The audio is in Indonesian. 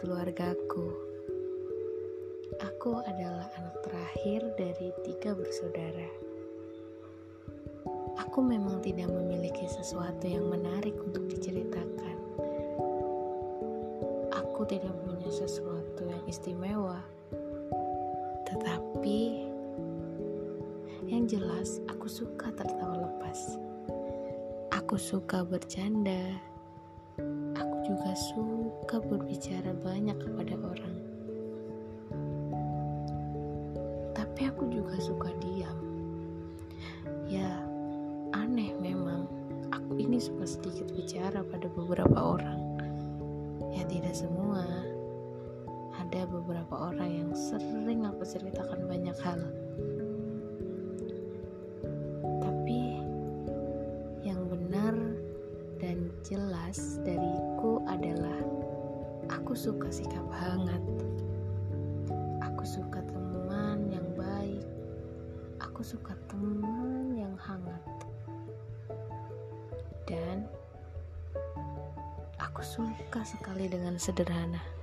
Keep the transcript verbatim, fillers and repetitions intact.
keluargaku. Aku adalah anak terakhir dari tiga bersaudara. Aku memang tidak memiliki sesuatu yang menarik untuk diceritakan. Aku tidak punya sesuatu yang istimewa. Tetapi yang jelas aku suka tertawa lepas. Aku suka bercanda. Aku juga suka berbicara banyak kepada orang. Tapi aku juga suka diam. Ya, aneh memang. Aku ini suka sedikit bicara pada beberapa orang. Ya, tidak semua. Ada beberapa orang yang sering aku ceritakan banyak hal. Tapi yang benar dan jelas dariku adalah aku suka sikap hangat. Aku suka teman yang baik. Aku suka teman yang hangat. Dan aku suka sekali dengan sederhana.